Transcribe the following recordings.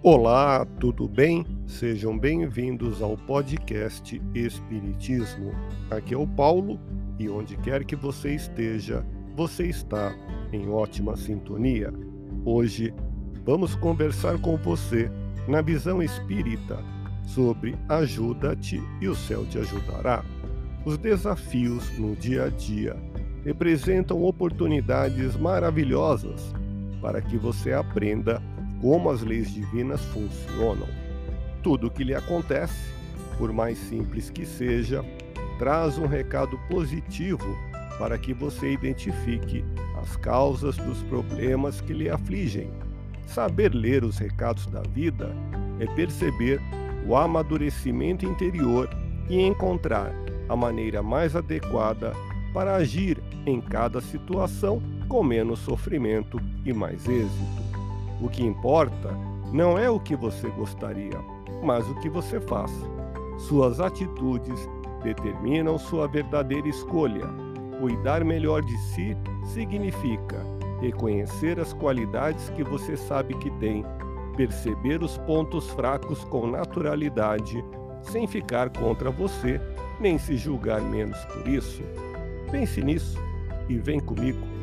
Olá, tudo bem? Sejam bem-vindos ao podcast Espiritismo. Aqui é o Paulo e onde quer que você esteja, você está em ótima sintonia. Hoje vamos conversar com você na visão espírita sobre Ajuda-te e o céu te ajudará. Os desafios no dia a dia representam oportunidades maravilhosas para que você aprenda como as leis divinas funcionam. Tudo o que lhe acontece, por mais simples que seja, traz um recado positivo para que você identifique as causas dos problemas que lhe afligem. Saber ler os recados da vida é perceber o amadurecimento interior e encontrar a maneira mais adequada para agir em cada situação com menos sofrimento e mais êxito. O que importa não é o que você gostaria, mas o que você faz. Suas atitudes determinam sua verdadeira escolha. Cuidar melhor de si significa reconhecer as qualidades que você sabe que tem, perceber os pontos fracos com naturalidade, sem ficar contra você, nem se julgar menos por isso. Pense nisso e vem comigo.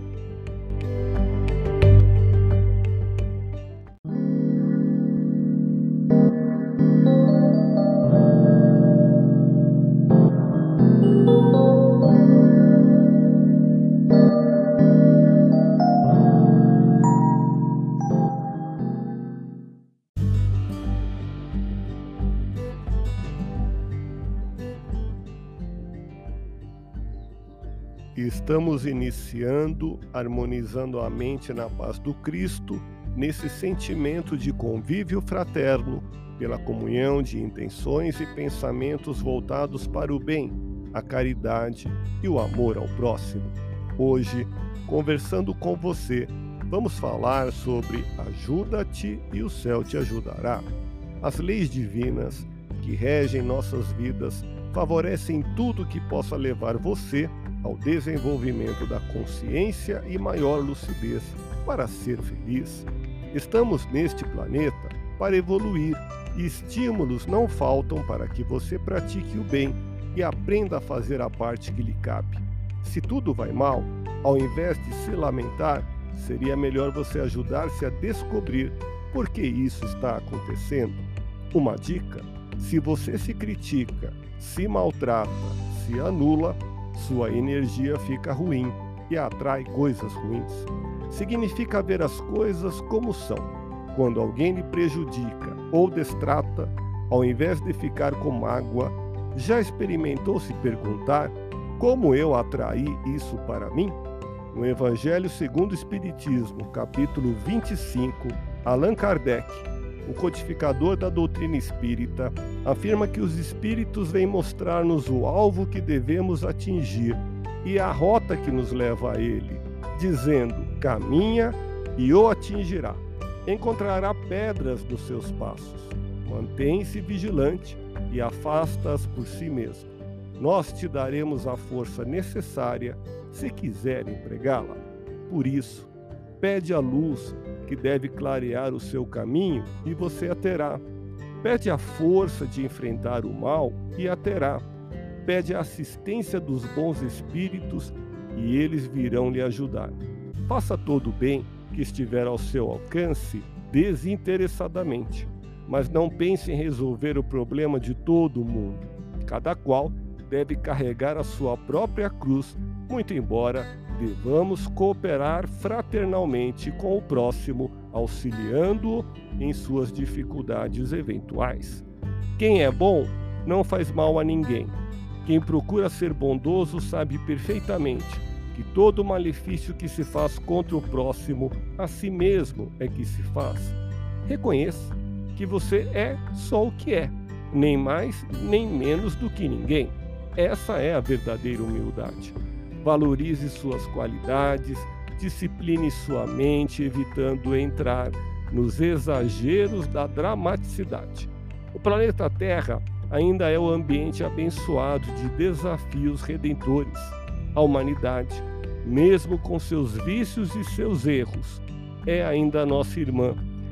Estamos iniciando, harmonizando a mente na paz do Cristo, nesse sentimento de convívio fraterno, pela comunhão de intenções e pensamentos voltados para o bem, a caridade e o amor ao próximo. Hoje, conversando com você, vamos falar sobre Ajuda-te e o céu te ajudará. As leis divinas que regem nossas vidas favorecem tudo que possa levar você ao desenvolvimento da consciência e maior lucidez para ser feliz. Estamos neste planeta para evoluir e estímulos não faltam para que você pratique o bem e aprenda a fazer a parte que lhe cabe. Se tudo vai mal, ao invés de se lamentar, seria melhor você ajudar-se a descobrir por que isso está acontecendo. Uma dica: se você se critica, se maltrata, se anula, sua energia fica ruim e atrai coisas ruins. Significa ver as coisas como são. Quando alguém lhe prejudica ou destrata, ao invés de ficar com mágoa, já experimentou se perguntar como eu atraí isso para mim? No Evangelho segundo o Espiritismo, capítulo 25, Allan Kardec, o codificador da doutrina espírita, afirma que os espíritos vêm mostrar-nos o alvo que devemos atingir e a rota que nos leva a ele, dizendo: caminha e o atingirá. Encontrará pedras nos seus passos. Mantém-se vigilante e afasta-as por si mesmo. Nós te daremos a força necessária se quiser empregá-la. Por isso, pede a luz que deve clarear o seu caminho e você a terá. Pede a força de enfrentar o mal e a terá. Pede a assistência dos bons espíritos e eles virão lhe ajudar. Faça todo o bem que estiver ao seu alcance desinteressadamente, mas não pense em resolver o problema de todo o mundo. Cada qual deve carregar a sua própria cruz, muito embora devamos cooperar fraternalmente com o próximo, auxiliando-o em suas dificuldades eventuais. Quem é bom não faz mal a ninguém. Quem procura ser bondoso sabe perfeitamente que todo malefício que se faz contra o próximo, a si mesmo é que se faz. Reconheça que você é só o que é, nem mais nem menos do que ninguém. Essa é a verdadeira humildade. Valorize suas qualidades, discipline sua mente, evitando entrar nos exageros da dramaticidade. O planeta Terra ainda é o ambiente abençoado de desafios redentores. A humanidade, mesmo com seus vícios e seus erros, é ainda nossa irmã,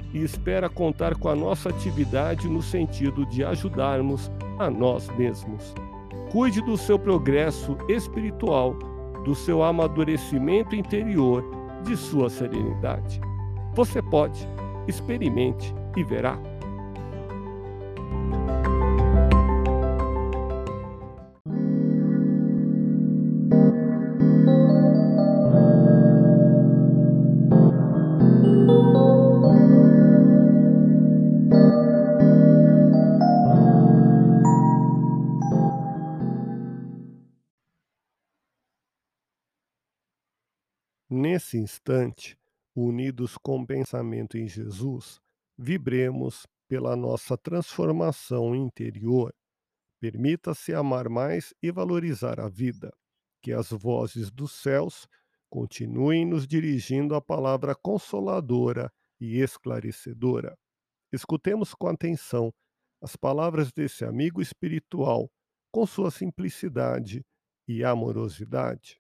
e espera contar com a nossa atividade no sentido de ajudarmos a nós mesmos. Cuide do seu progresso espiritual, do seu amadurecimento interior, de sua serenidade. Você pode, experimente e verá. Nesse instante, unidos com o pensamento em Jesus, vibremos pela nossa transformação interior. Permita-se amar mais e valorizar a vida. Que as vozes dos céus continuem nos dirigindo a palavra consoladora e esclarecedora. Escutemos com atenção as palavras desse amigo espiritual, com sua simplicidade e amorosidade.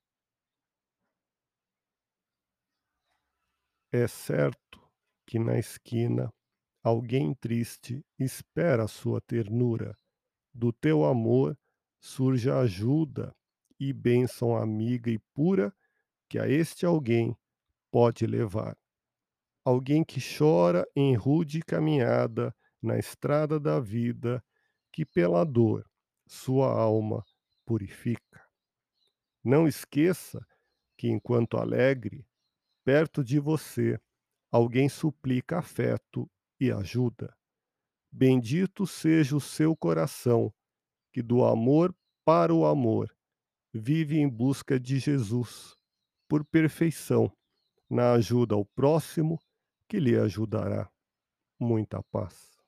É certo que na esquina alguém triste espera a sua ternura. Do teu amor surge a ajuda e bênção amiga e pura que a este alguém pode levar. Alguém que chora em rude caminhada na estrada da vida, que pela dor sua alma purifica. Não esqueça que enquanto alegre, perto de você, alguém suplica afeto e ajuda. Bendito seja o seu coração, que do amor para o amor vive em busca de Jesus, por perfeição, na ajuda ao próximo, que lhe ajudará. Muita paz.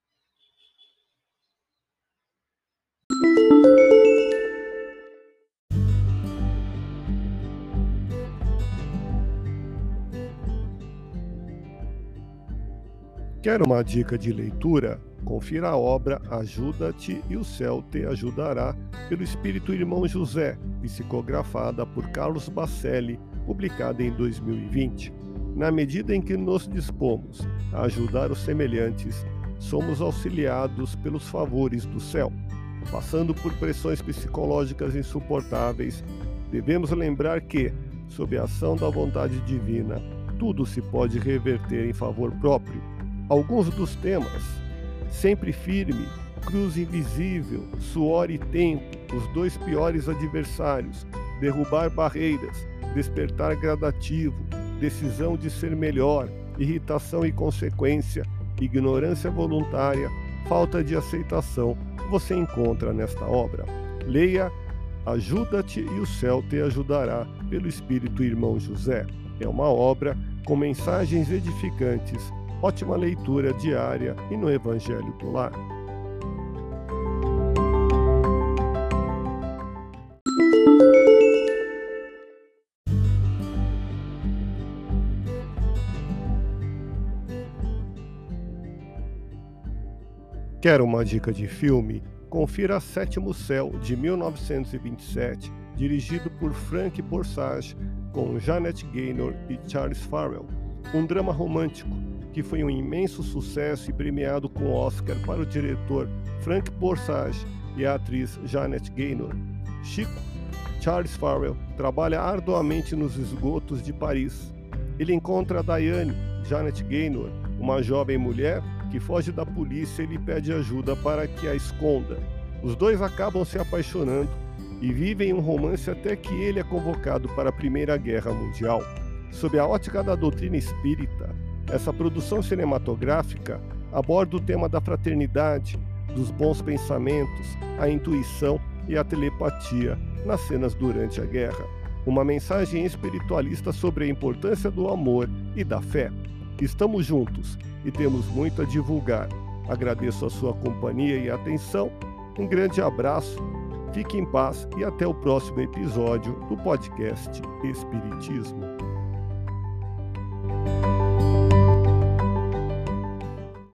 Quer uma dica de leitura? Confira a obra Ajuda-te e o Céu te ajudará, pelo Espírito Irmão José, psicografada por Carlos Bacelli, publicada em 2020. Na medida em que nos dispomos a ajudar os semelhantes, somos auxiliados pelos favores do céu. Passando por pressões psicológicas insuportáveis, devemos lembrar que, sob a ação da vontade divina, tudo se pode reverter em favor próprio. Alguns dos temas: sempre firme, cruz invisível, suor e tempo, os dois piores adversários, derrubar barreiras, despertar gradativo, decisão de ser melhor, irritação e consequência, ignorância voluntária, falta de aceitação, você encontra nesta obra. Leia Ajuda-te e o Céu te ajudará, pelo Espírito Irmão José. É uma obra com mensagens edificantes, ótima leitura diária e no Evangelho do Lar. Quer uma dica de filme? Confira Sétimo Céu, de 1927, dirigido por Frank Borsage, com Janet Gaynor e Charles Farrell. Um drama romântico que foi um imenso sucesso e premiado com Oscar para o diretor Frank Borsage e a atriz Janet Gaynor. Chico, Charles Farrell, trabalha arduamente nos esgotos de Paris. Ele encontra a Diane, Janet Gaynor, uma jovem mulher que foge da polícia e lhe pede ajuda para que a esconda. Os dois acabam se apaixonando e vivem um romance até que ele é convocado para a Primeira Guerra Mundial. Sob a ótica da doutrina espírita, essa produção cinematográfica aborda o tema da fraternidade, dos bons pensamentos, a intuição e a telepatia nas cenas durante a guerra. Uma mensagem espiritualista sobre a importância do amor e da fé. Estamos juntos e temos muito a divulgar. Agradeço a sua companhia e atenção. Um grande abraço, fique em paz e até o próximo episódio do podcast Espiritismo.